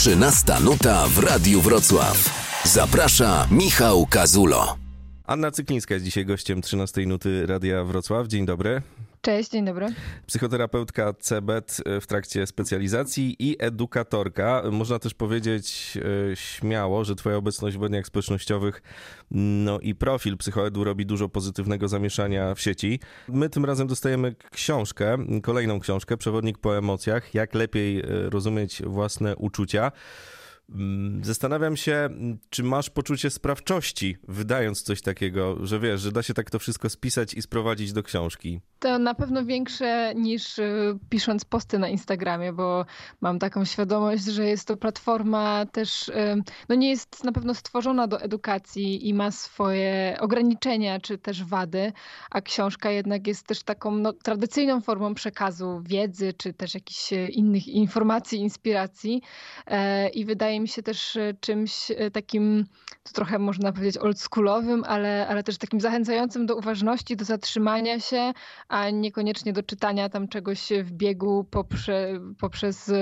13 nuta w Radiu Wrocław. Zaprasza Michał Kazulo. Anna Cyklińska jest dzisiaj gościem 13 nuty Radia Wrocław. Dzień dobry. Cześć, dzień dobry. Psychoterapeutka CEBET w trakcie specjalizacji i edukatorka. Można też powiedzieć śmiało, że twoja obecność w mediach społecznościowych i profil Psychoedu robi dużo pozytywnego zamieszania w sieci. My tym razem dostajemy książkę, kolejną książkę, Przewodnik po emocjach, jak lepiej rozumieć własne uczucia. Zastanawiam się, czy masz poczucie sprawczości, wydając coś takiego, że wiesz, że da się tak to wszystko spisać i sprowadzić do książki. To na pewno większe niż pisząc posty na Instagramie, bo mam taką świadomość, że jest to platforma też, nie jest na pewno stworzona do edukacji i ma swoje ograniczenia czy też wady, a książka jednak jest też taką tradycyjną formą przekazu wiedzy czy też jakichś innych informacji, inspiracji i wydaje mi się też czymś takim, to trochę można powiedzieć oldschoolowym, ale też takim zachęcającym do uważności, do zatrzymania się, a niekoniecznie do czytania tam czegoś w biegu poprzez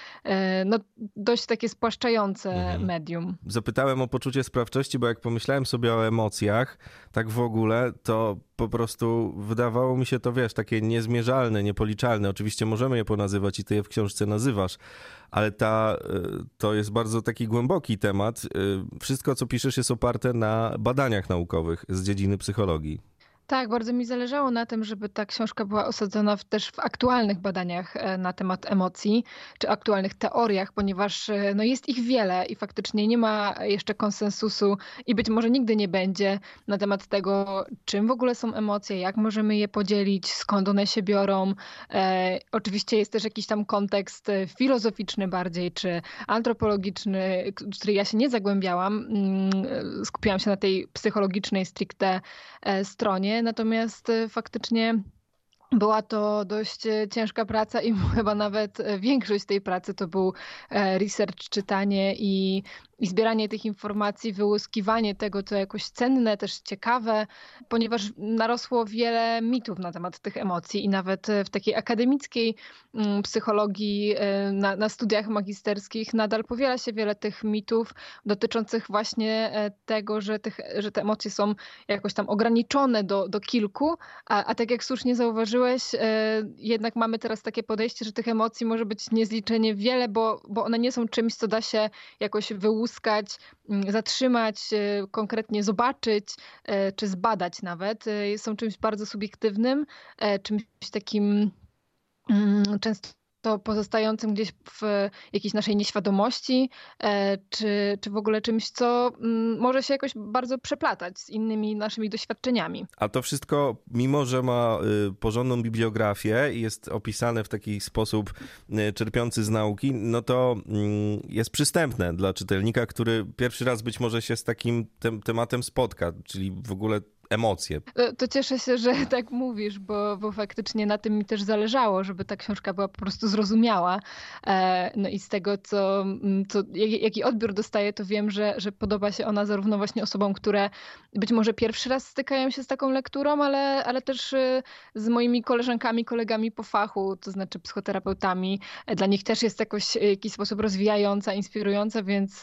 dość takie spłaszczające medium. Zapytałem o poczucie sprawczości, bo jak pomyślałem sobie o emocjach, tak w ogóle, to po prostu wydawało mi się to, takie niezmierzalne, niepoliczalne. Oczywiście możemy je ponazywać i ty je w książce nazywasz, ale to jest bardzo taki głęboki temat. Wszystko, co piszesz, jest oparte na badaniach naukowych z dziedziny psychologii. Tak, bardzo mi zależało na tym, żeby ta książka była osadzona też w aktualnych badaniach na temat emocji, czy aktualnych teoriach, ponieważ jest ich wiele i faktycznie nie ma jeszcze konsensusu i być może nigdy nie będzie na temat tego, czym w ogóle są emocje, jak możemy je podzielić, skąd one się biorą. Oczywiście jest też jakiś tam kontekst filozoficzny bardziej, czy antropologiczny, w który ja się nie zagłębiałam. Skupiłam się na tej psychologicznej stricte stronie. Natomiast faktycznie była to dość ciężka praca i chyba nawet większość tej pracy to był research, czytanie i zbieranie tych informacji, wyłuskiwanie tego, co jakoś cenne, też ciekawe, ponieważ narosło wiele mitów na temat tych emocji i nawet w takiej akademickiej psychologii na studiach magisterskich nadal powiela się wiele tych mitów dotyczących właśnie tego, że te emocje są jakoś tam ograniczone do kilku, a tak jak słusznie zauważyłeś, jednak mamy teraz takie podejście, że tych emocji może być niezliczenie wiele, bo one nie są czymś, co da się jakoś wyłuskać, zatrzymać, konkretnie zobaczyć, czy zbadać nawet. Są czymś bardzo subiektywnym, czymś takim często pozostającym gdzieś w jakiejś naszej nieświadomości, czy w ogóle czymś, co może się jakoś bardzo przeplatać z innymi naszymi doświadczeniami. A to wszystko, mimo że ma porządną bibliografię i jest opisane w taki sposób czerpiący z nauki, to jest przystępne dla czytelnika, który pierwszy raz być może się z takim tematem spotka, czyli w ogóle emocje. To cieszę się, że tak mówisz, bo faktycznie na tym mi też zależało, żeby ta książka była po prostu zrozumiała. I z tego, jaki odbiór dostaję, to wiem, że podoba się ona zarówno właśnie osobom, które być może pierwszy raz stykają się z taką lekturą, ale też z moimi koleżankami, kolegami po fachu, to znaczy psychoterapeutami. Dla nich też jest jakoś w jakiś sposób rozwijająca, inspirująca, więc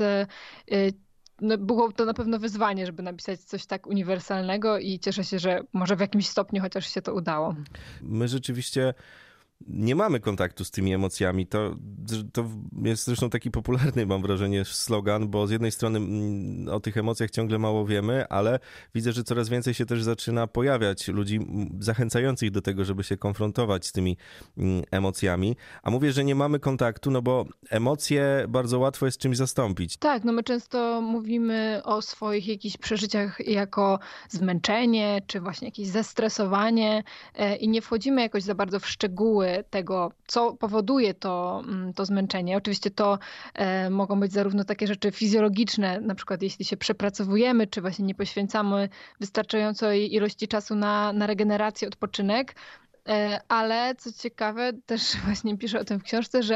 było to na pewno wyzwanie, żeby napisać coś tak uniwersalnego i cieszę się, że może w jakimś stopniu chociaż się to udało. My rzeczywiście nie mamy kontaktu z tymi emocjami. To jest zresztą taki popularny, mam wrażenie, slogan, bo z jednej strony o tych emocjach ciągle mało wiemy, ale widzę, że coraz więcej się też zaczyna pojawiać ludzi zachęcających do tego, żeby się konfrontować z tymi emocjami. A mówię, że nie mamy kontaktu, bo emocje bardzo łatwo jest czymś zastąpić. Tak, my często mówimy o swoich jakichś przeżyciach jako zmęczenie, czy właśnie jakieś zestresowanie i nie wchodzimy jakoś za bardzo w szczegóły tego, co powoduje to zmęczenie. Oczywiście to mogą być zarówno takie rzeczy fizjologiczne, na przykład jeśli się przepracowujemy, czy właśnie nie poświęcamy wystarczającej ilości czasu na regenerację, odpoczynek, ale co ciekawe, też właśnie piszę o tym w książce, że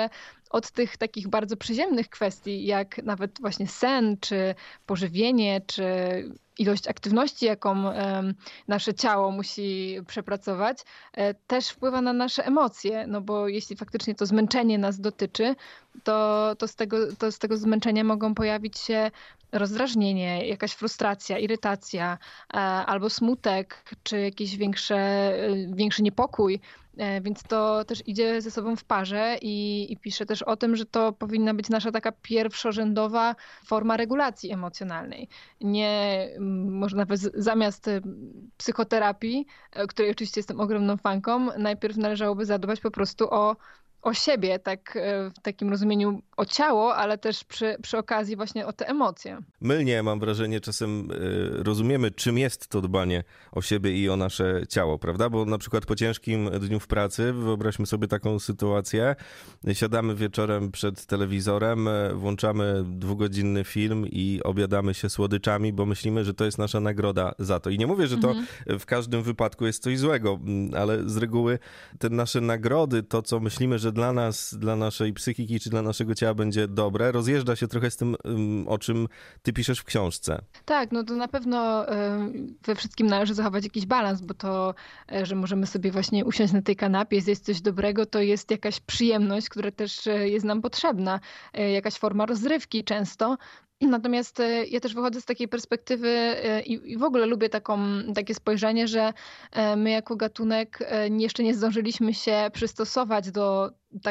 od tych takich bardzo przyziemnych kwestii, jak nawet właśnie sen, czy pożywienie, czy ilość aktywności, jaką nasze ciało musi przepracować, też wpływa na nasze emocje, no bo jeśli faktycznie to zmęczenie nas dotyczy, to z tego zmęczenia mogą pojawić się rozdrażnienie, jakaś frustracja, irytacja, albo smutek, czy jakiś większy niepokój. Więc to też idzie ze sobą w parze i piszę też o tym, że to powinna być nasza taka pierwszorzędowa forma regulacji emocjonalnej. Nie, może nawet zamiast psychoterapii, której oczywiście jestem ogromną fanką, najpierw należałoby zadbać po prostu o siebie, tak w takim rozumieniu o ciało, ale też przy okazji właśnie o te emocje. Mylnie, mam wrażenie, czasem rozumiemy, czym jest to dbanie o siebie i o nasze ciało, prawda? Bo na przykład po ciężkim dniu w pracy, wyobraźmy sobie taką sytuację, siadamy wieczorem przed telewizorem, włączamy 2-godzinny film i obiadamy się słodyczami, bo myślimy, że to jest nasza nagroda za to. I nie mówię, że to w każdym wypadku jest coś złego, ale z reguły te nasze nagrody, to co myślimy, że dla nas, dla naszej psychiki czy dla naszego ciała będzie dobre, rozjeżdża się trochę z tym, o czym ty piszesz w książce. Tak, no to na pewno we wszystkim należy zachować jakiś balans, bo to, że możemy sobie właśnie usiąść na tej kanapie, zjeść coś dobrego, to jest jakaś przyjemność, która też jest nam potrzebna, jakaś forma rozrywki często. Natomiast ja też wychodzę z takiej perspektywy i w ogóle lubię takie spojrzenie, że my jako gatunek jeszcze nie zdążyliśmy się przystosować do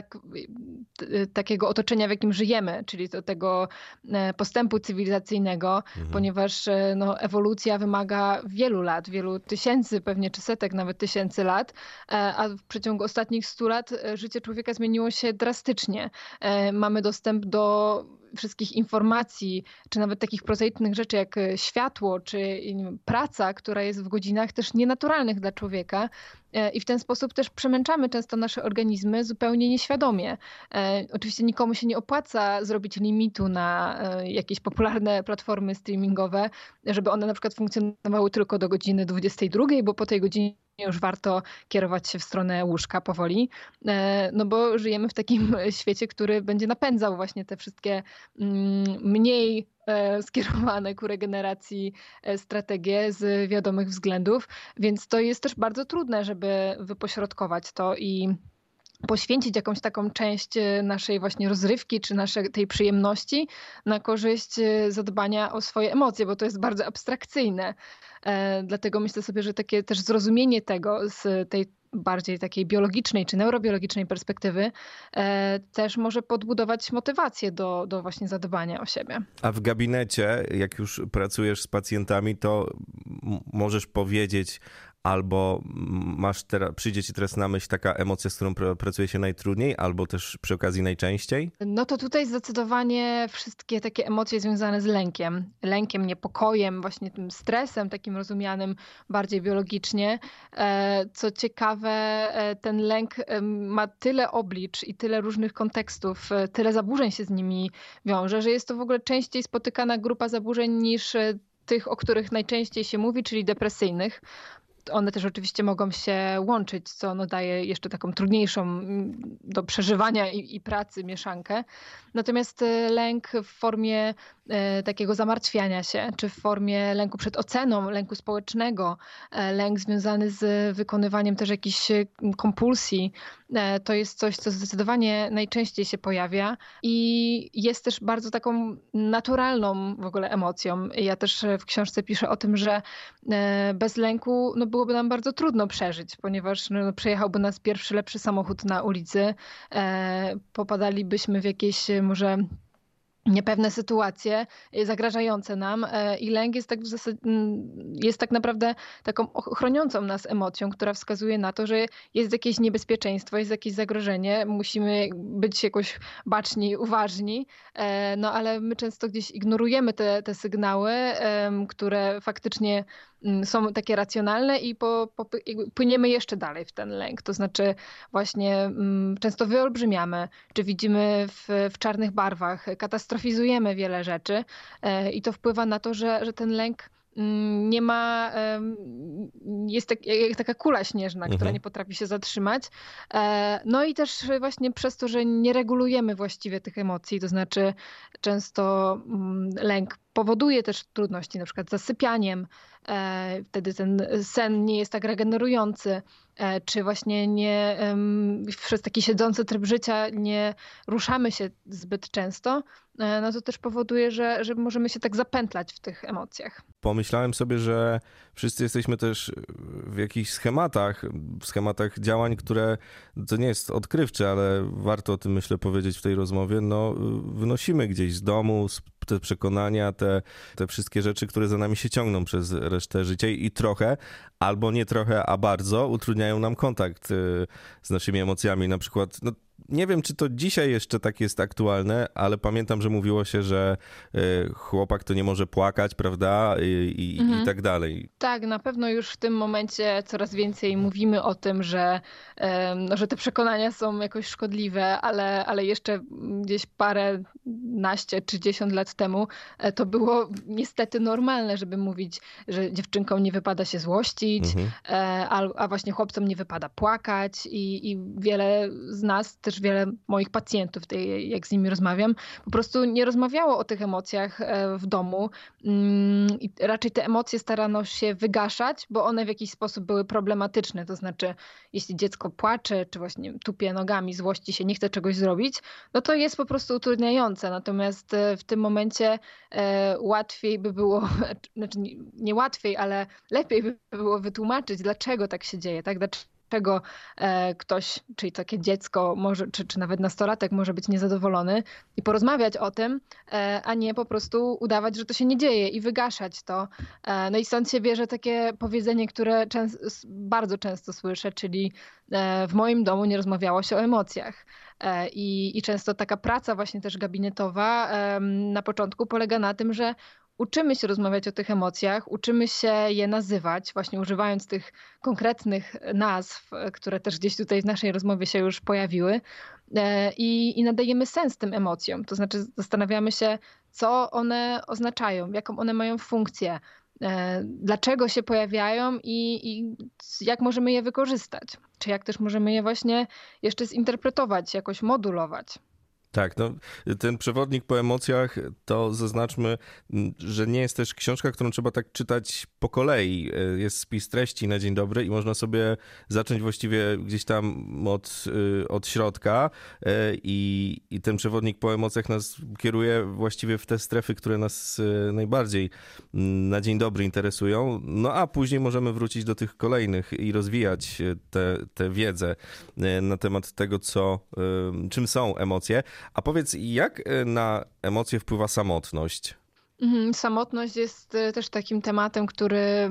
takiego otoczenia, w jakim żyjemy, czyli do tego postępu cywilizacyjnego, ponieważ no, ewolucja wymaga wielu lat, wielu tysięcy pewnie, czy setek nawet tysięcy lat, a w przeciągu ostatnich 100 lat życie człowieka zmieniło się drastycznie. Mamy dostęp do wszystkich informacji, czy nawet takich prozaicznych rzeczy jak światło, czy nie wiem, praca, która jest w godzinach też nienaturalnych dla człowieka. I w ten sposób też przemęczamy często nasze organizmy zupełnie nieświadomie. Oczywiście nikomu się nie opłaca zrobić limitu na jakieś popularne platformy streamingowe, żeby one na przykład funkcjonowały tylko do godziny 22, bo po tej godzinie już warto kierować się w stronę łóżka powoli, no bo żyjemy w takim świecie, który będzie napędzał właśnie te wszystkie mniej skierowane ku regeneracji strategie z wiadomych względów, więc to jest też bardzo trudne, żeby wypośrodkować to i poświęcić jakąś taką część naszej właśnie rozrywki czy naszej tej przyjemności na korzyść zadbania o swoje emocje, bo to jest bardzo abstrakcyjne. Dlatego myślę sobie, że takie też zrozumienie tego z tej bardziej takiej biologicznej czy neurobiologicznej perspektywy też może podbudować motywację do właśnie zadbania o siebie. A w gabinecie, jak już pracujesz z pacjentami, to możesz powiedzieć, albo przyjdzie ci teraz na myśl taka emocja, z którą pracuje się najtrudniej, albo też przy okazji najczęściej? No to tutaj zdecydowanie wszystkie takie emocje związane z lękiem. Lękiem, niepokojem, właśnie tym stresem takim rozumianym bardziej biologicznie. Co ciekawe, ten lęk ma tyle oblicz i tyle różnych kontekstów, tyle zaburzeń się z nimi wiąże, że jest to w ogóle częściej spotykana grupa zaburzeń niż tych, o których najczęściej się mówi, czyli depresyjnych. One też oczywiście mogą się łączyć, co no daje jeszcze taką trudniejszą do przeżywania i pracy mieszankę. Natomiast lęk w formie takiego zamartwiania się, czy w formie lęku przed oceną, lęku społecznego, lęk związany z wykonywaniem też jakichś kompulsji, to jest coś, co zdecydowanie najczęściej się pojawia i jest też bardzo taką naturalną w ogóle emocją. Ja też w książce piszę o tym, że bez lęku no, byłoby nam bardzo trudno przeżyć, ponieważ no, przejechałby nas pierwszy lepszy samochód na ulicy, popadalibyśmy w jakieś może niepewne sytuacje zagrażające nam i lęk jest tak naprawdę taką chroniącą nas emocją, która wskazuje na to, że jest jakieś niebezpieczeństwo, jest jakieś zagrożenie, musimy być jakoś baczni, uważni, no ale my często gdzieś ignorujemy te sygnały, które faktycznie są takie racjonalne i płyniemy jeszcze dalej w ten lęk. To znaczy właśnie często wyolbrzymiamy, czy widzimy w czarnych barwach, katastrofizujemy wiele rzeczy i to wpływa na to, że ten lęk nie ma, jest jak taka kula śnieżna, która nie potrafi się zatrzymać. No i też właśnie przez to, że nie regulujemy właściwie tych emocji, to znaczy często lęk powoduje też trudności, na przykład z zasypianiem, wtedy ten sen nie jest tak regenerujący, czy właśnie przez taki siedzący tryb życia nie ruszamy się zbyt często, no to też powoduje, że możemy się tak zapętlać w tych emocjach. Pomyślałem sobie, że wszyscy jesteśmy też w jakichś schematach działań, które, to nie jest odkrywcze, ale warto o tym, myślę, powiedzieć w tej rozmowie, no wynosimy gdzieś z domu te przekonania, te wszystkie rzeczy, które za nami się ciągną przez resztę życia i trochę, albo nie trochę, a bardzo utrudniają nam kontakt z naszymi emocjami. Na przykład, no, nie wiem, czy to dzisiaj jeszcze tak jest aktualne, ale pamiętam, że mówiło się, że chłopak to nie może płakać, prawda? I tak dalej. Tak, na pewno już w tym momencie coraz więcej mówimy o tym, że te przekonania są jakoś szkodliwe, ale jeszcze gdzieś paręnaście czy 10 lat temu to było niestety normalne, żeby mówić, że dziewczynkom nie wypada się złościć, a właśnie chłopcom nie wypada płakać i wiele z nas, też wiele moich pacjentów, jak z nimi rozmawiam, po prostu nie rozmawiało o tych emocjach w domu i raczej te emocje starano się wygaszać, bo one w jakiś sposób były problematyczne. To znaczy, jeśli dziecko płacze, czy właśnie tupie nogami, złości się, nie chce czegoś zrobić, no to jest po prostu utrudniające. Natomiast w tym momencie łatwiej by było, znaczy nie łatwiej, ale lepiej by było wytłumaczyć, dlaczego tak się dzieje, tak? Dlaczego ktoś, czyli takie dziecko może, czy nawet nastolatek może być niezadowolony i porozmawiać o tym, a nie po prostu udawać, że to się nie dzieje i wygaszać to. No i stąd się bierze takie powiedzenie, które bardzo często słyszę, czyli w moim domu nie rozmawiało się o emocjach. I często taka praca właśnie też gabinetowa na początku polega na tym, że uczymy się rozmawiać o tych emocjach, uczymy się je nazywać, właśnie używając tych konkretnych nazw, które też gdzieś tutaj w naszej rozmowie się już pojawiły i nadajemy sens tym emocjom. To znaczy zastanawiamy się, co one oznaczają, jaką one mają funkcję, dlaczego się pojawiają i jak możemy je wykorzystać. Czy jak też możemy je właśnie jeszcze zinterpretować, jakoś modulować. Tak, no ten przewodnik po emocjach, to zaznaczmy, że nie jest też książka, którą trzeba tak czytać po kolei. Jest spis treści na dzień dobry i można sobie zacząć właściwie gdzieś tam od środka i ten przewodnik po emocjach nas kieruje właściwie w te strefy, które nas najbardziej na dzień dobry interesują. No a później możemy wrócić do tych kolejnych i rozwijać tę wiedzę na temat tego, czym są emocje. A powiedz, jak na emocje wpływa samotność? Samotność jest też takim tematem, który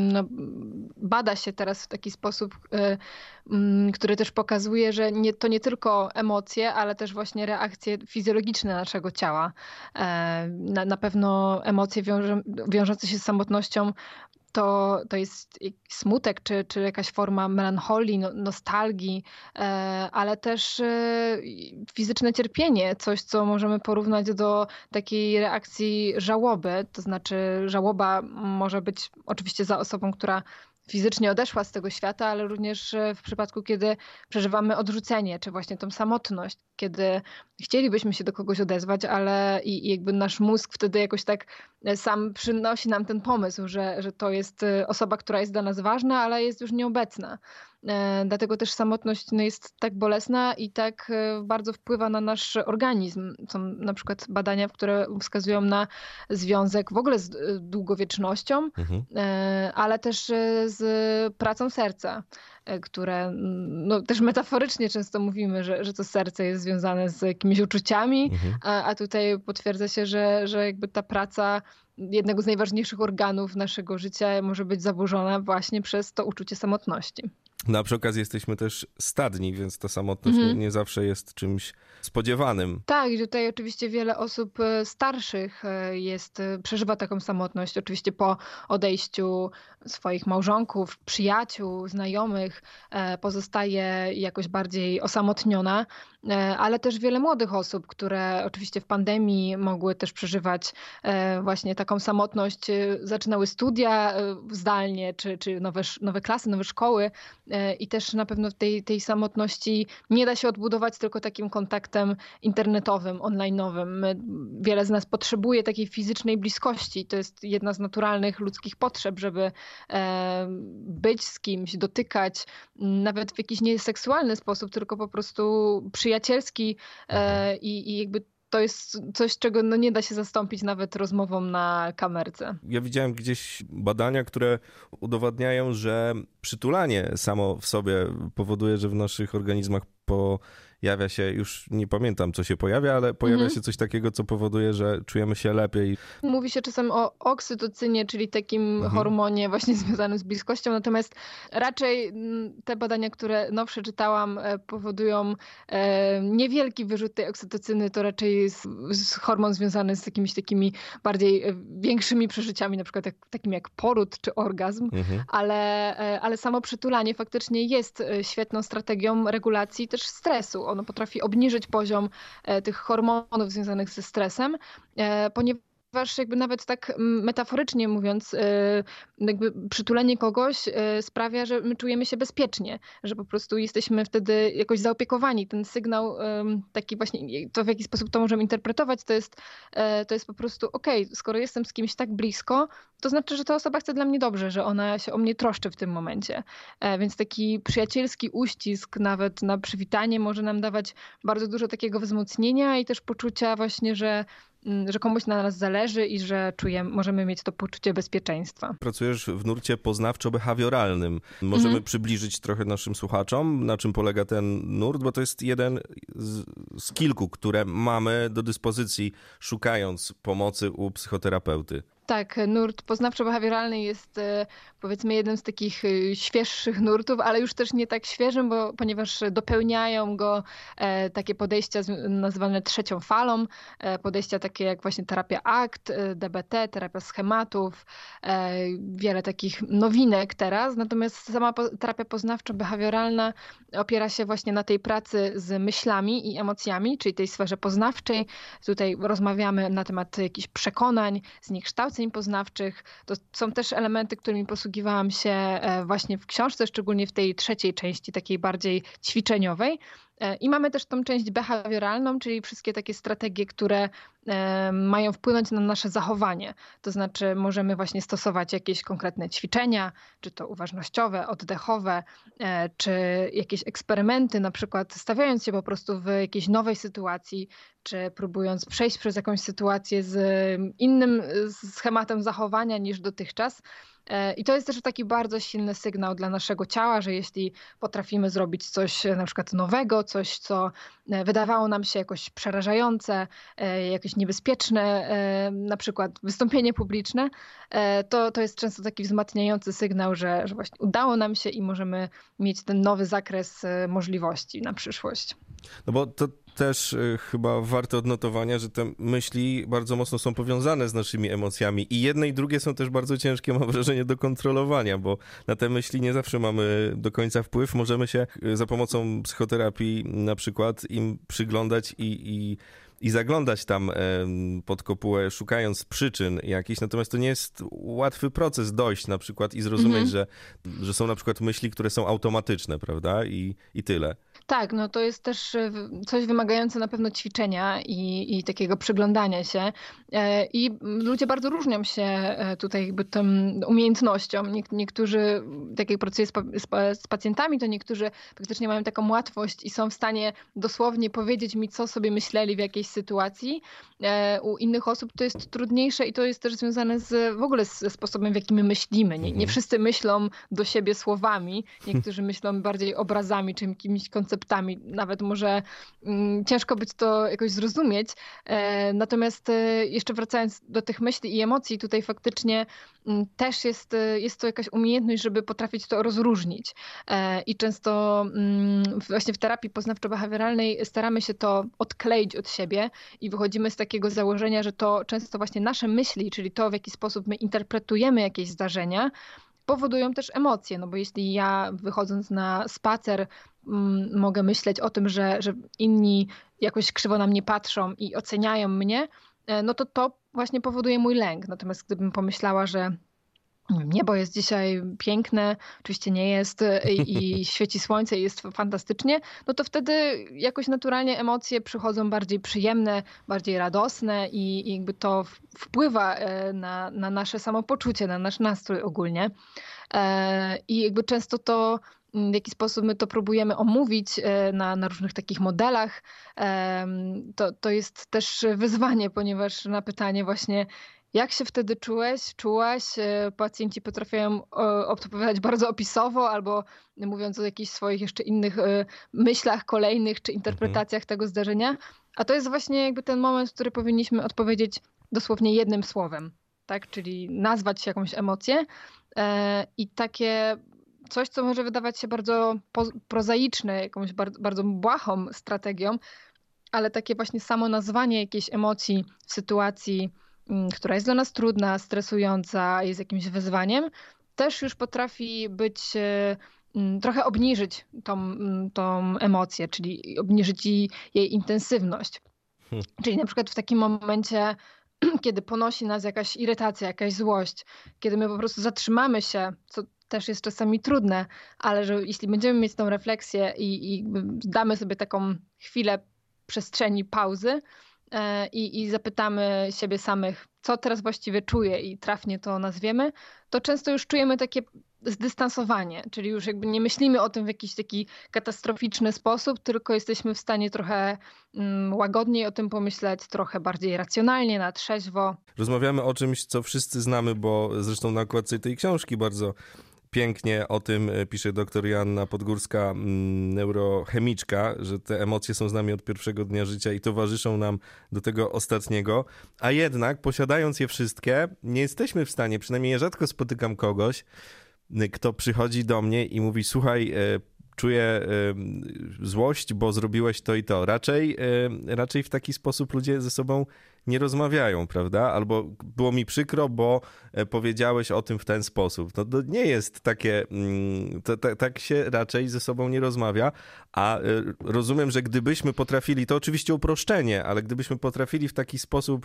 bada się teraz w taki sposób, który też pokazuje, że to nie tylko emocje, ale też właśnie reakcje fizjologiczne naszego ciała. Na pewno emocje wiążące się z samotnością to jest smutek, czy jakaś forma melancholii, nostalgii, ale też fizyczne cierpienie, coś, co możemy porównać do takiej reakcji żałoby. To znaczy żałoba może być oczywiście za osobą, która fizycznie odeszła z tego świata, ale również w przypadku, kiedy przeżywamy odrzucenie, czy właśnie tą samotność, kiedy chcielibyśmy się do kogoś odezwać, ale i jakby nasz mózg wtedy jakoś tak sam przynosi nam ten pomysł, że to jest osoba, która jest dla nas ważna, ale jest już nieobecna. Dlatego też samotność jest tak bolesna i tak bardzo wpływa na nasz organizm. Są na przykład badania, które wskazują na związek w ogóle z długowiecznością, ale też z pracą serca, które też metaforycznie często mówimy, że to serce jest związane z jakimiś uczuciami, a tutaj potwierdza się, że jakby ta praca jednego z najważniejszych organów naszego życia może być zaburzona właśnie przez to uczucie samotności. No a przy okazji jesteśmy też stadni, więc ta samotność nie zawsze jest czymś spodziewanym. Tak, i tutaj oczywiście wiele osób starszych przeżywa taką samotność. Oczywiście po odejściu swoich małżonków, przyjaciół, znajomych pozostaje jakoś bardziej osamotniona, ale też wiele młodych osób, które oczywiście w pandemii mogły też przeżywać właśnie taką samotność, zaczynały studia zdalnie, czy nowe klasy, nowe szkoły i też na pewno w tej samotności nie da się odbudować tylko takim kontaktem internetowym, online'owym. Wiele z nas potrzebuje takiej fizycznej bliskości. To jest jedna z naturalnych ludzkich potrzeb, żeby być z kimś, dotykać, nawet w jakiś nieseksualny sposób, tylko po prostu przyjacielski i jakby to jest coś, czego nie da się zastąpić nawet rozmową na kamerce. Ja widziałem gdzieś badania, które udowadniają, że przytulanie samo w sobie powoduje, że w naszych organizmach pojawia się, już nie pamiętam co się pojawia, ale pojawia się coś takiego, co powoduje, że czujemy się lepiej. Mówi się czasem o oksytocynie, czyli takim hormonie właśnie związanym z bliskością, natomiast raczej te badania, które nowsze czytałam, powodują niewielki wyrzut tej oksytocyny, to raczej jest hormon związany z jakimiś takimi bardziej większymi przeżyciami, na przykład takim jak poród czy orgazm, ale samo przytulanie faktycznie jest świetną strategią regulacji też stresu. Ono potrafi obniżyć poziom tych hormonów związanych ze stresem, ponieważ jakby nawet tak metaforycznie mówiąc, jakby przytulenie kogoś sprawia, że my czujemy się bezpiecznie, że po prostu jesteśmy wtedy jakoś zaopiekowani. Ten sygnał taki właśnie, to w jaki sposób to możemy interpretować, to jest po prostu okej, skoro jestem z kimś tak blisko, to znaczy, że ta osoba chce dla mnie dobrze, że ona się o mnie troszczy w tym momencie. Więc taki przyjacielski uścisk nawet na przywitanie może nam dawać bardzo dużo takiego wzmocnienia i też poczucia właśnie, że komuś na nas zależy i że możemy mieć to poczucie bezpieczeństwa. Pracujesz w nurcie poznawczo-behawioralnym. Możemy przybliżyć trochę naszym słuchaczom, na czym polega ten nurt, bo to jest jeden z kilku, które mamy do dyspozycji, szukając pomocy u psychoterapeuty. Tak, nurt poznawczo-behawioralny jest powiedzmy jednym z takich świeższych nurtów, ale już też nie tak świeżym, ponieważ dopełniają go takie podejścia nazywane trzecią falą, podejścia takie jak właśnie terapia ACT, DBT, terapia schematów, wiele takich nowinek teraz. Natomiast sama terapia poznawczo-behawioralna opiera się właśnie na tej pracy z myślami i emocjami, czyli tej sferze poznawczej. Tutaj rozmawiamy na temat jakichś przekonań, zniekształceń poznawczych. To są też elementy, którymi posługiwałam się właśnie w książce, szczególnie w tej trzeciej części, takiej bardziej ćwiczeniowej. I mamy też tą część behawioralną, czyli wszystkie takie strategie, które mają wpłynąć na nasze zachowanie. To znaczy możemy właśnie stosować jakieś konkretne ćwiczenia, czy to uważnościowe, oddechowe, czy jakieś eksperymenty, na przykład stawiając się po prostu w jakiejś nowej sytuacji, czy próbując przejść przez jakąś sytuację z innym schematem zachowania niż dotychczas. I to jest też taki bardzo silny sygnał dla naszego ciała, że jeśli potrafimy zrobić coś na przykład nowego, coś, co wydawało nam się jakoś przerażające, jakieś niebezpieczne, na przykład wystąpienie publiczne, to jest często taki wzmacniający sygnał, że właśnie udało nam się i możemy mieć ten nowy zakres możliwości na przyszłość. No bo to też chyba warte odnotowania, że te myśli bardzo mocno są powiązane z naszymi emocjami i jedne i drugie są też bardzo ciężkie, mam wrażenie, do kontrolowania, bo na te myśli nie zawsze mamy do końca wpływ. Możemy się za pomocą psychoterapii na przykład im przyglądać i zaglądać tam pod kopułę, szukając przyczyn jakichś, natomiast to nie jest łatwy proces dojść na przykład i zrozumieć, że są na przykład myśli, które są automatyczne, prawda? I tyle. Tak, no to jest też coś wymagające na pewno ćwiczenia i takiego przyglądania się. I ludzie bardzo różnią się tutaj jakby tą umiejętnością. Niektórzy, tak jak pracuję z pacjentami, to niektórzy faktycznie mają taką łatwość i są w stanie dosłownie powiedzieć mi, co sobie myśleli w jakiejś sytuacji. U innych osób to jest trudniejsze i to jest też związane w ogóle ze sposobem, w jaki my myślimy. Nie wszyscy myślą do siebie słowami, niektórzy myślą bardziej obrazami czy jakimiś koncepcjami konceptami. Nawet może ciężko być to jakoś zrozumieć. Natomiast jeszcze wracając do tych myśli i emocji, tutaj faktycznie też jest to jakaś umiejętność, żeby potrafić to rozróżnić. I często właśnie w terapii poznawczo-behawioralnej staramy się to odkleić od siebie i wychodzimy z takiego założenia, że to często właśnie nasze myśli, czyli to, w jaki sposób my interpretujemy jakieś zdarzenia, powodują też emocje. No bo jeśli ja wychodząc na spacer mogę myśleć o tym, że inni jakoś krzywo na mnie patrzą i oceniają mnie, no to właśnie powoduje mój lęk. Natomiast gdybym pomyślała, że niebo jest dzisiaj piękne, oczywiście nie jest i świeci słońce i jest fantastycznie, no to wtedy jakoś naturalnie emocje przychodzą bardziej przyjemne, bardziej radosne i jakby to wpływa na nasze samopoczucie, na nasz nastrój ogólnie. I jakby często to, w jaki sposób my to próbujemy omówić na różnych takich modelach, to jest też wyzwanie, ponieważ na pytanie właśnie jak się wtedy czułaś? Pacjenci potrafią odpowiadać bardzo opisowo albo mówiąc o jakichś swoich jeszcze innych myślach kolejnych czy interpretacjach tego zdarzenia. A to jest właśnie jakby ten moment, w który powinniśmy odpowiedzieć dosłownie jednym słowem, tak? Czyli nazwać jakąś emocję i takie coś, co może wydawać się bardzo prozaiczne, jakąś bardzo błahą strategią, ale takie właśnie samo nazwanie jakiejś emocji w sytuacji, która jest dla nas trudna, stresująca, jest jakimś wyzwaniem, też już potrafi być, trochę obniżyć tą emocję, czyli obniżyć jej intensywność. Czyli na przykład w takim momencie, kiedy ponosi nas jakaś irytacja, jakaś złość, kiedy my po prostu zatrzymamy się, co też jest czasami trudne, ale że jeśli będziemy mieć tą refleksję i damy sobie taką chwilę przestrzeni, pauzy, i zapytamy siebie samych, co teraz właściwie czuję i trafnie to nazwiemy, to często już czujemy takie zdystansowanie, czyli już jakby nie myślimy o tym w jakiś taki katastroficzny sposób, tylko jesteśmy w stanie trochę łagodniej o tym pomyśleć, trochę bardziej racjonalnie, na trzeźwo. Rozmawiamy o czymś, co wszyscy znamy, bo zresztą na okładce tej książki bardzo pięknie o tym pisze dr Joanna Podgórska, neurochemiczka, że te emocje są z nami od pierwszego dnia życia i towarzyszą nam do tego ostatniego, a jednak posiadając je wszystkie, nie jesteśmy w stanie, przynajmniej ja rzadko spotykam kogoś, kto przychodzi do mnie i mówi, słuchaj, czuję złość, bo zrobiłeś to i to. Raczej w taki sposób ludzie ze sobą nie rozmawiają, prawda? Albo było mi przykro, bo powiedziałeś o tym w ten sposób. No to nie jest takie, tak się raczej ze sobą nie rozmawia, a rozumiem, że gdybyśmy potrafili, to oczywiście uproszczenie, ale gdybyśmy potrafili w taki sposób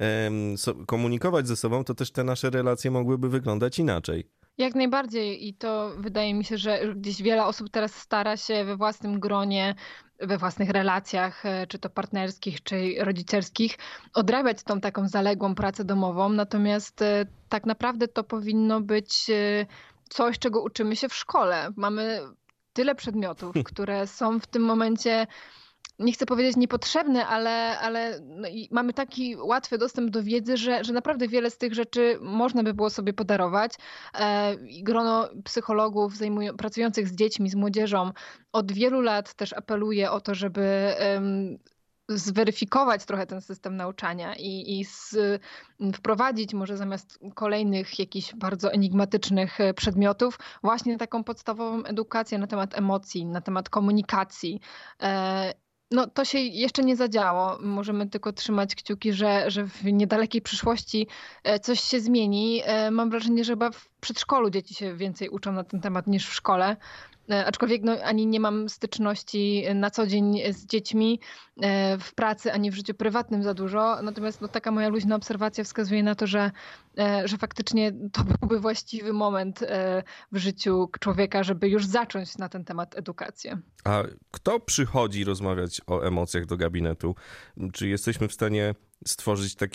komunikować ze sobą, to też te nasze relacje mogłyby wyglądać inaczej. Jak najbardziej i to wydaje mi się, że gdzieś wiele osób teraz stara się we własnym gronie, we własnych relacjach, czy to partnerskich, czy rodzicielskich, odrabiać tą taką zaległą pracę domową. Natomiast tak naprawdę to powinno być coś, czego uczymy się w szkole. Mamy tyle przedmiotów, które są w tym momencie, nie chcę powiedzieć niepotrzebne, ale no i mamy taki łatwy dostęp do wiedzy, że naprawdę wiele z tych rzeczy można by było sobie podarować. Grono psychologów pracujących z dziećmi, z młodzieżą od wielu lat też apeluje o to, żeby zweryfikować trochę ten system nauczania i wprowadzić może zamiast kolejnych jakichś bardzo enigmatycznych przedmiotów właśnie taką podstawową edukację na temat emocji, na temat komunikacji. No to się jeszcze nie zadziało. Możemy tylko trzymać kciuki, że w niedalekiej przyszłości coś się zmieni. Mam wrażenie, że chyba w przedszkolu dzieci się więcej uczą na ten temat niż w szkole. Aczkolwiek ani nie mam styczności na co dzień z dziećmi w pracy, ani w życiu prywatnym za dużo. Natomiast taka moja luźna obserwacja wskazuje na to, że faktycznie to byłby właściwy moment w życiu człowieka, żeby już zacząć na ten temat edukację. A kto przychodzi rozmawiać o emocjach do gabinetu? Czy jesteśmy w stanie stworzyć taki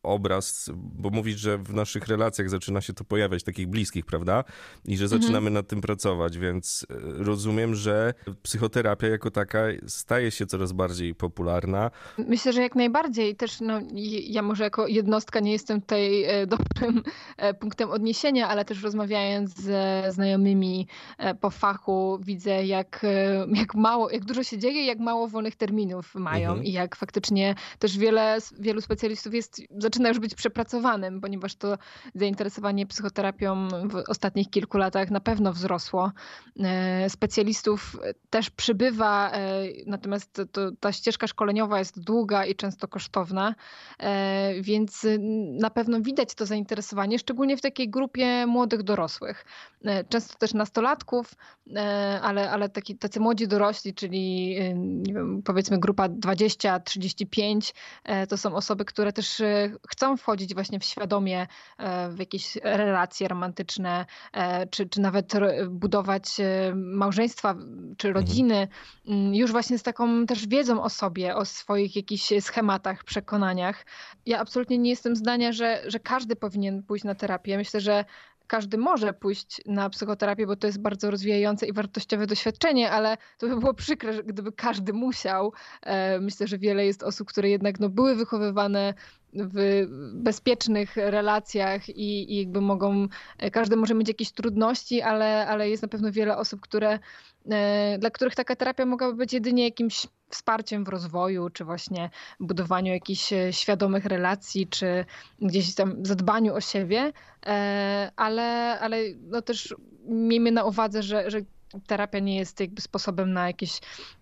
obraz, bo mówisz, że w naszych relacjach zaczyna się to pojawiać, takich bliskich, prawda? I że zaczynamy nad tym pracować, więc rozumiem, że psychoterapia jako taka staje się coraz bardziej popularna. Myślę, że jak najbardziej. Też ja może jako jednostka nie jestem tutaj dobrym punktem odniesienia, ale też rozmawiając ze znajomymi po fachu widzę, jak dużo się dzieje, jak mało wolnych terminów mają i jak faktycznie też wielu specjalistów zaczyna już być przepracowanym, ponieważ to zainteresowanie psychoterapią w ostatnich kilku latach na pewno wzrosło. Specjalistów też przybywa, natomiast ta ścieżka szkoleniowa jest długa i często kosztowna, więc na pewno widać to zainteresowanie, szczególnie w takiej grupie młodych dorosłych. Często też nastolatków, ale tacy młodzi dorośli, czyli nie wiem, powiedzmy grupa 20-35, to są osoby, które też chcą wchodzić właśnie świadomie w jakieś relacje romantyczne, czy nawet budować małżeństwa, czy rodziny, już właśnie z taką też wiedzą o sobie, o swoich jakichś schematach, przekonaniach. Ja absolutnie nie jestem zdania, że każdy powinien pójść na terapię. Myślę, że każdy może pójść na psychoterapię, bo to jest bardzo rozwijające i wartościowe doświadczenie, ale to by było przykre, gdyby każdy musiał. Myślę, że wiele jest osób, które jednak były wychowywane w bezpiecznych relacjach i jakby każdy może mieć jakieś trudności, ale jest na pewno wiele osób, dla których taka terapia mogłaby być jedynie jakimś wsparciem w rozwoju, czy właśnie budowaniu jakichś świadomych relacji, czy gdzieś tam zadbaniu o siebie, ale też miejmy na uwadze, że terapia nie jest jakby sposobem na jakieś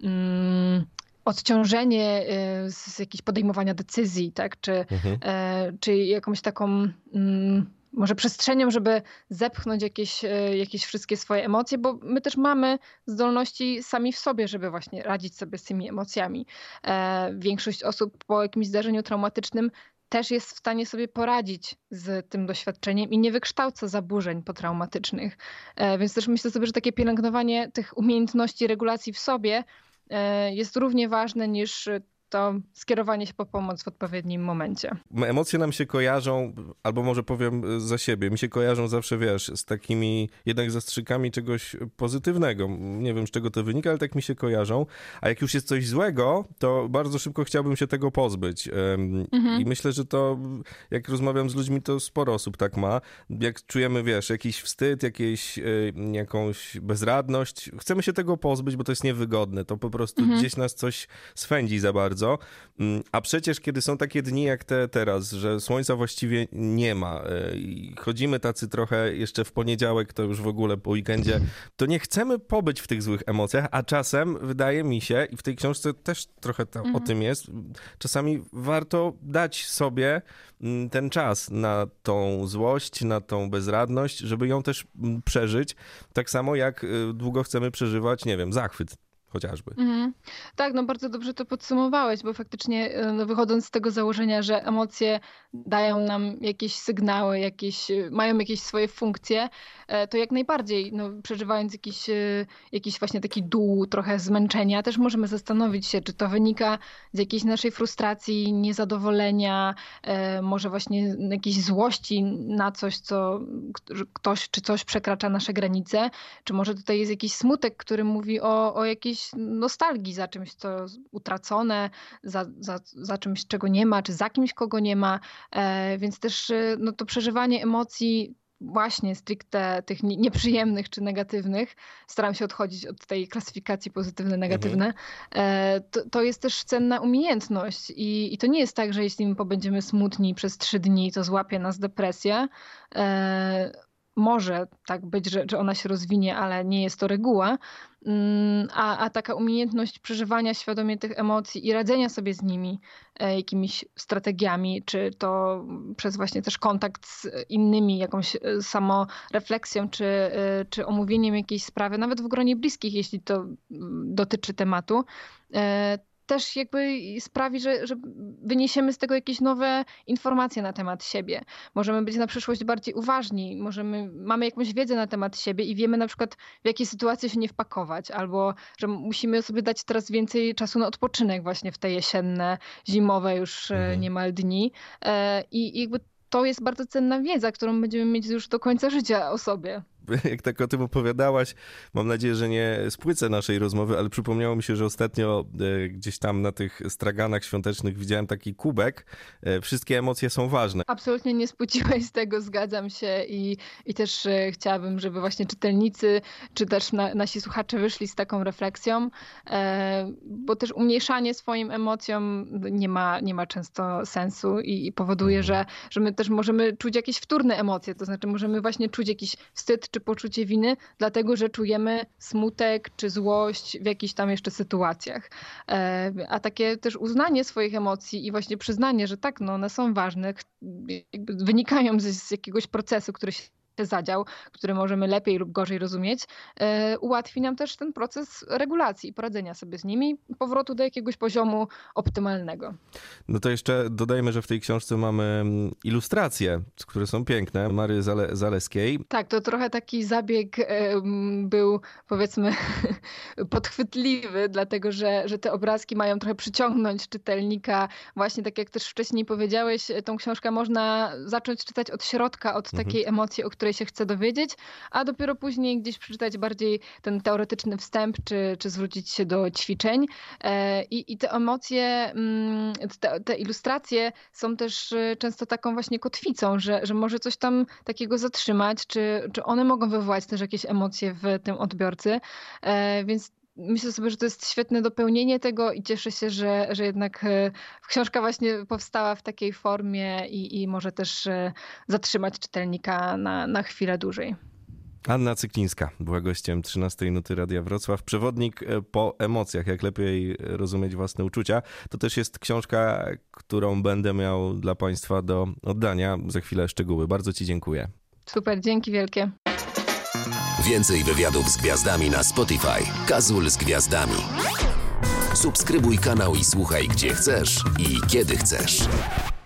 odciążenie z jakichś podejmowania decyzji, tak? Czy jakąś taką może przestrzenią, żeby zepchnąć jakieś wszystkie swoje emocje, bo my też mamy zdolności sami w sobie, żeby właśnie radzić sobie z tymi emocjami. Większość osób po jakimś zdarzeniu traumatycznym też jest w stanie sobie poradzić z tym doświadczeniem i nie wykształca zaburzeń potraumatycznych. Więc też myślę sobie, że takie pielęgnowanie tych umiejętności regulacji w sobie jest równie ważne niż to skierowanie się po pomoc w odpowiednim momencie. Emocje nam się kojarzą, albo może powiem za siebie, mi się kojarzą zawsze, wiesz, z takimi jednak zastrzykami czegoś pozytywnego. Nie wiem, z czego to wynika, ale tak mi się kojarzą. A jak już jest coś złego, to bardzo szybko chciałbym się tego pozbyć. I myślę, że to, jak rozmawiam z ludźmi, to sporo osób tak ma. Jak czujemy, wiesz, jakiś wstyd, jakąś bezradność, chcemy się tego pozbyć, bo to jest niewygodne. To po prostu gdzieś nas coś swędzi za bardzo. A przecież kiedy są takie dni jak teraz, że słońca właściwie nie ma i chodzimy tacy trochę jeszcze w poniedziałek, to już w ogóle po weekendzie, to nie chcemy pobyć w tych złych emocjach, a czasem wydaje mi się, i w tej książce też trochę o tym jest, czasami warto dać sobie ten czas na tą złość, na tą bezradność, żeby ją też przeżyć, tak samo jak długo chcemy przeżywać, nie wiem, zachwyt chociażby. Tak, bardzo dobrze to podsumowałeś, bo faktycznie wychodząc z tego założenia, że emocje dają nam jakieś sygnały, mają jakieś swoje funkcje, to jak najbardziej, przeżywając jakiś właśnie taki dół, trochę zmęczenia, też możemy zastanowić się, czy to wynika z jakiejś naszej frustracji, niezadowolenia, może właśnie jakiejś złości na coś, ktoś czy coś przekracza nasze granice, czy może tutaj jest jakiś smutek, który mówi o jakiejś nostalgii za czymś, co utracone, za czymś, czego nie ma, czy za kimś, kogo nie ma. Więc też to przeżywanie emocji właśnie stricte tych nieprzyjemnych czy negatywnych, staram się odchodzić od tej klasyfikacji pozytywne, negatywne, to jest też cenna umiejętność i to nie jest tak, że jeśli my pobędziemy smutni przez 3 dni, to złapie nas depresja. Może tak być, że ona się rozwinie, ale nie jest to reguła. A taka umiejętność przeżywania świadomie tych emocji i radzenia sobie z nimi jakimiś strategiami, czy to przez właśnie też kontakt z innymi, jakąś samorefleksją, czy omówieniem jakiejś sprawy, nawet w gronie bliskich, jeśli to dotyczy tematu, też jakby sprawi, że wyniesiemy z tego jakieś nowe informacje na temat siebie. Możemy być na przyszłość bardziej uważni, mamy jakąś wiedzę na temat siebie i wiemy na przykład, w jakie sytuacje się nie wpakować, albo że musimy sobie dać teraz więcej czasu na odpoczynek właśnie w te jesienne, zimowe już niemal dni. I jakby to jest bardzo cenna wiedza, którą będziemy mieć już do końca życia o sobie. Jak tak o tym opowiadałaś, mam nadzieję, że nie spłycę naszej rozmowy, ale przypomniało mi się, że ostatnio gdzieś tam na tych straganach świątecznych widziałem taki kubek. Wszystkie emocje są ważne. Absolutnie nie spłuciłeś z tego, zgadzam się i też chciałabym, żeby właśnie czytelnicy, czy też nasi słuchacze wyszli z taką refleksją, bo też umniejszanie swoim emocjom nie ma często sensu i powoduje, że my też możemy czuć jakieś wtórne emocje, to znaczy możemy właśnie czuć jakiś wstyd czy poczucie winy, dlatego że czujemy smutek czy złość w jakichś tam jeszcze sytuacjach. A takie też uznanie swoich emocji i właśnie przyznanie, że tak, no one są ważne, jakby wynikają z jakiegoś procesu, który się zadział, który możemy lepiej lub gorzej rozumieć, ułatwi nam też ten proces regulacji i poradzenia sobie z nimi, powrotu do jakiegoś poziomu optymalnego. No to jeszcze dodajmy, że w tej książce mamy ilustracje, które są piękne, Mary Zaleskiej. Tak, to trochę taki zabieg był, powiedzmy, podchwytliwy, dlatego że te obrazki mają trochę przyciągnąć czytelnika. Właśnie tak jak też wcześniej powiedziałeś, tą książkę można zacząć czytać od środka, od takiej emocji, o której się chce dowiedzieć, a dopiero później gdzieś przeczytać bardziej ten teoretyczny wstęp, czy zwrócić się do ćwiczeń. I te emocje, te ilustracje są też często taką właśnie kotwicą, że może coś tam takiego zatrzymać, czy one mogą wywołać też jakieś emocje w tym odbiorcy. Więc myślę sobie, że to jest świetne dopełnienie tego i cieszę się, że jednak książka właśnie powstała w takiej formie i może też zatrzymać czytelnika na chwilę dłużej. Anna Cyklińska była gościem 13 Nuty Radia Wrocław. Przewodnik po emocjach, jak lepiej rozumieć własne uczucia. To też jest książka, którą będę miał dla Państwa do oddania. Za chwilę szczegóły. Bardzo Ci dziękuję. Super, dzięki wielkie. Więcej wywiadów z gwiazdami na Spotify. Kazul z gwiazdami. Subskrybuj kanał i słuchaj gdzie chcesz i kiedy chcesz.